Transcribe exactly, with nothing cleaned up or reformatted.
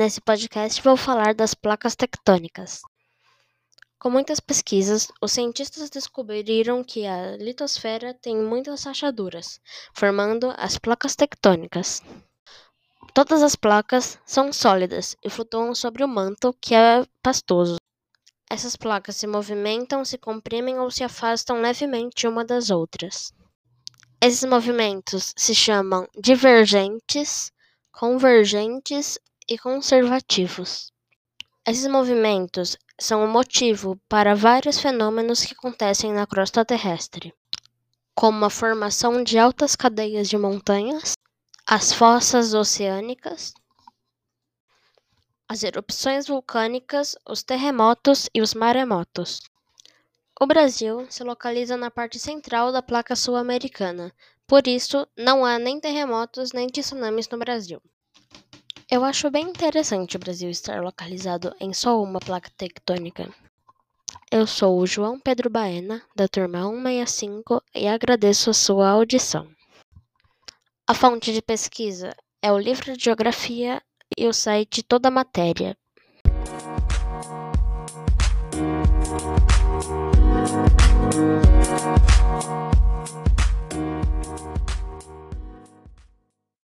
Nesse podcast vou falar das placas tectônicas. Com muitas pesquisas, os cientistas descobriram que a litosfera tem muitas rachaduras, formando as placas tectônicas. Todas as placas são sólidas e flutuam sobre o manto, que é pastoso. Essas placas se movimentam, se comprimem ou se afastam levemente uma das outras. Esses movimentos se chamam divergentes, convergentes e conservativos. Esses movimentos são o motivo para vários fenômenos que acontecem na crosta terrestre, como a formação de altas cadeias de montanhas, as fossas oceânicas, as erupções vulcânicas, os terremotos e os maremotos. O Brasil se localiza na parte central da placa sul-americana, por isso não há nem terremotos nem tsunamis no Brasil. Eu acho bem interessante o Brasil estar localizado em só uma placa tectônica. Eu sou o João Pedro Baena, da turma cento e sessenta e cinco, e agradeço a sua audição. A fonte de pesquisa é o livro de Geografia e o site Toda Matéria.